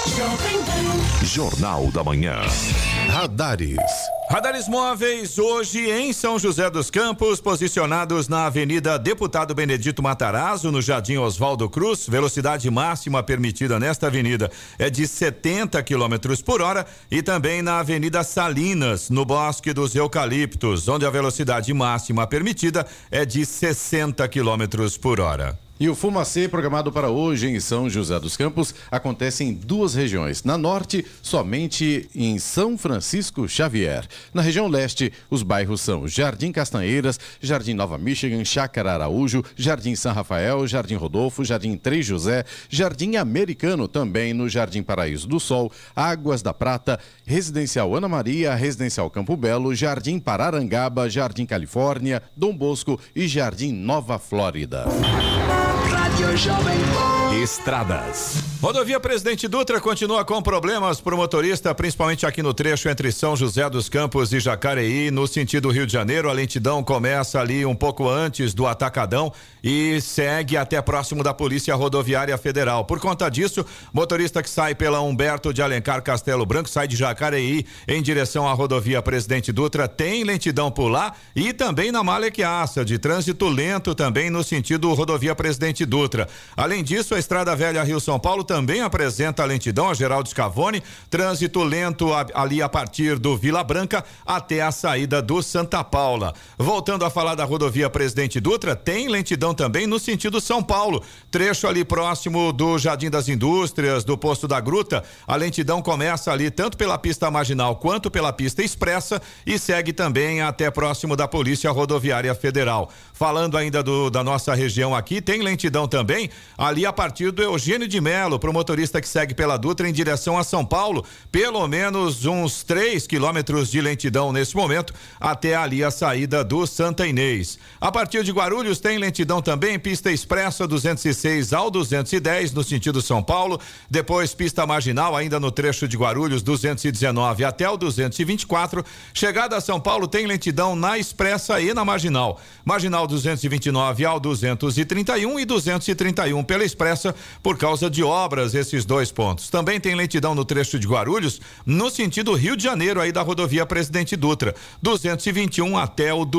Jornal da Manhã.
Radares.
Radares móveis hoje em São José dos Campos, posicionados na Avenida Deputado Benedito Matarazzo, no Jardim Oswaldo Cruz. Velocidade máxima permitida nesta avenida é de 70 km por hora, e também na Avenida Salinas, no Bosque dos Eucaliptos, onde a velocidade máxima permitida é de 60 km por hora.
E o Fumacê, programado para hoje em São José dos Campos, acontece em duas regiões. Na norte, somente em São Francisco Xavier. Na região leste, os bairros são Jardim Castanheiras, Jardim Nova Michigan, Chácara Araújo, Jardim São Rafael, Jardim Rodolfo, Jardim Três José, Jardim Americano, também no Jardim Paraíso do Sol, Águas da Prata, Residencial Ana Maria, Residencial Campo Belo, Jardim Pararangaba, Jardim Califórnia, Dom Bosco e Jardim Nova Flórida.
Rádio Jovem Pan.
Estradas. Rodovia Presidente Dutra continua com problemas para o motorista, principalmente aqui no trecho entre São José dos Campos e Jacareí, no sentido Rio de Janeiro. A lentidão começa ali um pouco antes do Atacadão e segue até próximo da Polícia Rodoviária Federal. Por conta disso, motorista que sai pela Humberto de Alencar Castelo Branco, sai de Jacareí em direção à Rodovia Presidente Dutra, tem lentidão por lá e também na Malek Assad, trânsito lento também no sentido Rodovia Presidente Dutra. Além disso, a Estrada Velha Rio-São Paulo também apresenta lentidão, a Geraldo Scavone, trânsito lento ali a partir do Vila Branca até a saída do Santa Paula. Voltando a falar da Rodovia Presidente Dutra, tem lentidão também no sentido São Paulo, trecho ali próximo do Jardim das Indústrias, do Posto da Gruta. A lentidão começa ali tanto pela pista marginal quanto pela pista expressa e segue também até próximo da Polícia Rodoviária Federal. Falando ainda da nossa região aqui, tem lentidão também ali a partir do Eugênio de Melo, para o motorista que segue pela Dutra em direção a São Paulo, pelo menos uns 3 quilômetros de lentidão nesse momento, até ali a saída do Santa Inês. A partir de Guarulhos tem lentidão também, pista expressa 206 ao 210 no sentido São Paulo, depois pista marginal ainda no trecho de Guarulhos 219 até o 224, chegada a São Paulo tem lentidão na expressa e na marginal 229 ao 231 e 231 pela expressa por causa de obras, esses dois pontos. Também tem lentidão no trecho de Guarulhos no sentido Rio de Janeiro aí da Rodovia Presidente Dutra, 221 até o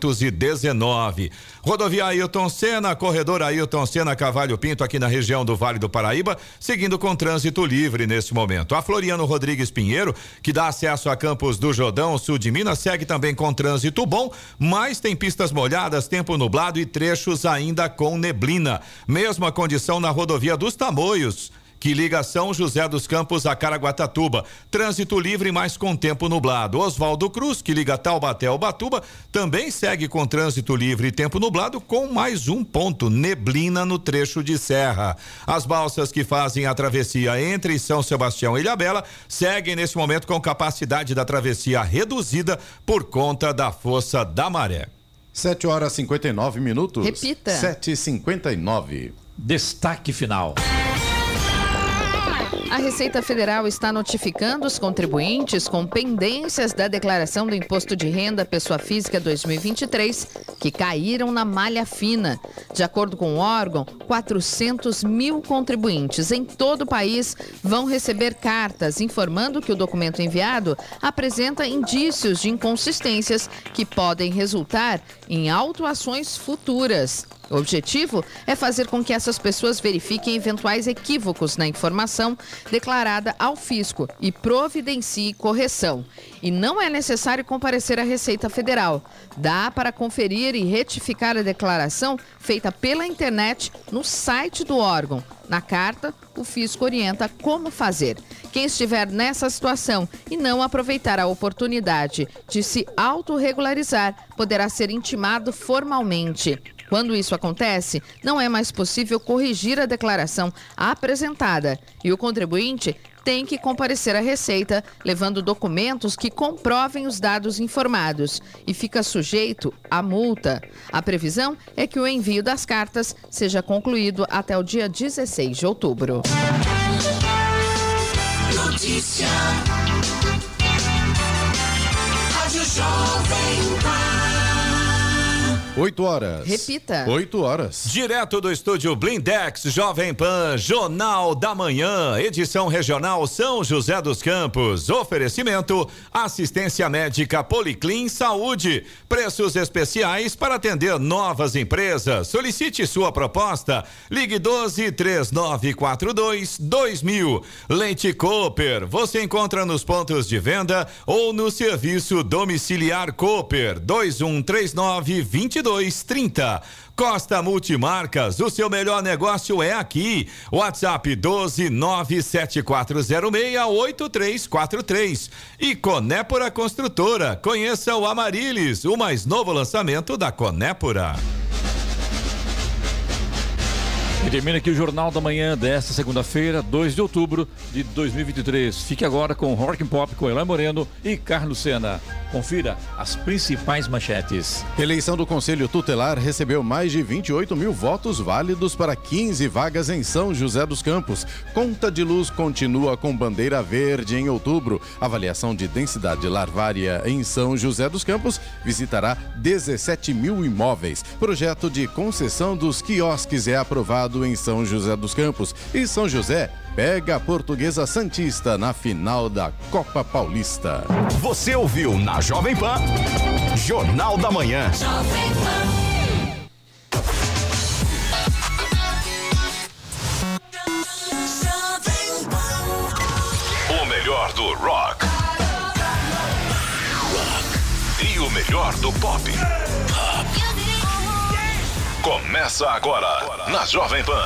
219. Rodovia Ailton Senna, corredor Ailton Senna Cavalho Pinto aqui na região do Vale do Paraíba, seguindo com trânsito livre nesse momento. A Floriano Rodrigues Pinheiro, que dá acesso a Campos do Jordão, sul de Minas, segue também com trânsito bom, mas tem pistas molhadas, tempo nublado e trechos ainda com neblina. Mesma condição na Rodovia dos Tamoios, que liga São José dos Campos a Caraguatatuba. Trânsito livre, mas com tempo nublado. Oswaldo Cruz, que liga Taubaté ao Ubatuba, também segue com trânsito livre e tempo nublado, com mais um ponto, neblina no trecho de serra. As balsas que fazem a travessia entre São Sebastião e Ilhabela seguem nesse momento com capacidade da travessia reduzida por conta da força da maré.
7h59.
Repita.
7h59.
Destaque final.
A Receita Federal está notificando os contribuintes com pendências da declaração do Imposto de Renda Pessoa Física 2023 que caíram na malha fina. De acordo com o órgão, 400 mil contribuintes em todo o país vão receber cartas informando que o documento enviado apresenta indícios de inconsistências que podem resultar em autuações futuras. O objetivo é fazer com que essas pessoas verifiquem eventuais equívocos na informação declarada ao fisco e providencie correção. E não é necessário comparecer à Receita Federal. Dá para conferir e retificar a declaração feita pela internet no site do órgão. Na carta, o fisco orienta como fazer. Quem estiver nessa situação e não aproveitar a oportunidade de se autorregularizar, poderá ser intimado formalmente. Quando isso acontece, não é mais possível corrigir a declaração apresentada e o contribuinte tem que comparecer à Receita, levando documentos que comprovem os dados informados e fica sujeito à multa. A previsão é que o envio das cartas seja concluído até o dia 16 de outubro.
Notícia. Rádio Jovem Pan.
8h.
Repita.
8h.
Direto do estúdio Blindex Jovem Pan, Jornal da Manhã, edição regional São José dos Campos. Oferecimento, assistência médica Policlin Saúde. Preços especiais para atender novas empresas. Solicite sua proposta. Ligue 12-3942-2000. Leite Cooper, você encontra nos pontos de venda ou no serviço domiciliar Cooper 2139-2230. Costa Multimarcas, o seu melhor negócio é aqui. WhatsApp 12974068343. E Conépora Construtora, conheça o Amarilis, o mais novo lançamento da Conépora.
E termina aqui o Jornal da Manhã desta segunda-feira, 2 de outubro de 2023. Fique agora com Rock and Pop com Eloy Moreno e Carlos Sena. Confira as principais manchetes.
Eleição do Conselho Tutelar recebeu mais de 28 mil votos válidos para 15 vagas em São José dos Campos. Conta de luz continua com bandeira verde em outubro. Avaliação de densidade larvária em São José dos Campos visitará 17 mil imóveis. Projeto de concessão dos quiosques é aprovado em São José dos Campos. E São José pega a Portuguesa Santista na final da Copa Paulista.
Você ouviu na Jovem Pan, Jornal da Manhã. O melhor do rock. E o melhor do pop. Começa agora na Jovem Pan.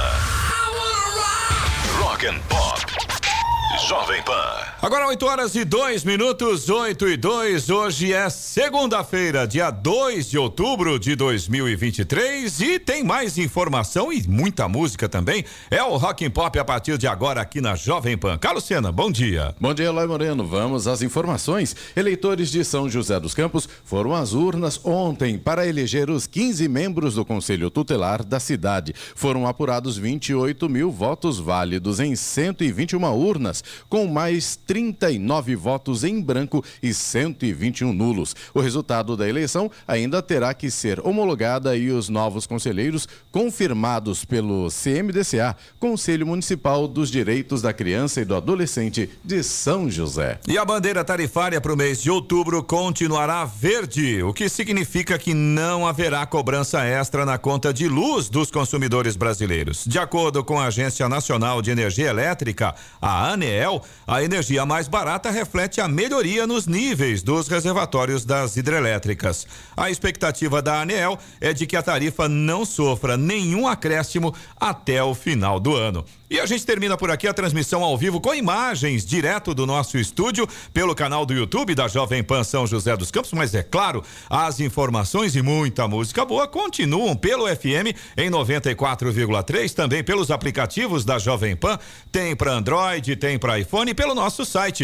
Rock and Pop. Jovem Pan.
Agora 8h02, 8h02. Hoje é segunda-feira, dia 2 de outubro de 2023 e tem mais informação e muita música também. É o Rock and Pop a partir de agora aqui na Jovem Pan. Carlos Sena, bom dia.
Bom dia, Eloy Moreno. Vamos às informações. Eleitores de São José dos Campos foram às urnas ontem para eleger os 15 membros do Conselho Tutelar da cidade. Foram apurados 28 mil votos válidos em 121 urnas, com mais 39 votos em branco e 121 nulos. O resultado da eleição ainda terá que ser homologada e os novos conselheiros confirmados pelo CMDCA, Conselho Municipal dos Direitos da Criança e do Adolescente de São José.
E a bandeira tarifária para o mês de outubro continuará verde, o que significa que não haverá cobrança extra na conta de luz dos consumidores brasileiros. De acordo com a Agência Nacional de Energia Elétrica, a ANEEL, a energia mais barata reflete a melhoria nos níveis dos reservatórios das hidrelétricas. A expectativa da ANEEL é de que a tarifa não sofra nenhum acréscimo até o final do ano. E a gente termina por aqui a transmissão ao vivo com imagens direto do nosso estúdio pelo canal do YouTube da Jovem Pan São José dos Campos, mas é claro, as informações e muita música boa continuam pelo FM em 94,3, também pelos aplicativos da Jovem Pan, tem para Android, tem para iPhone, e pelo nosso site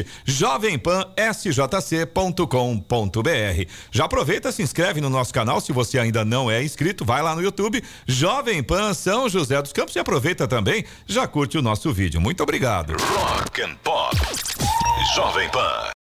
jovempansjc.com.br. Já aproveita, se inscreve no nosso canal se você ainda não é inscrito, vai lá no YouTube Jovem Pan São José dos Campos e aproveita também, já curte o nosso vídeo. Muito obrigado.
Rock and Pop. Jovem Pan.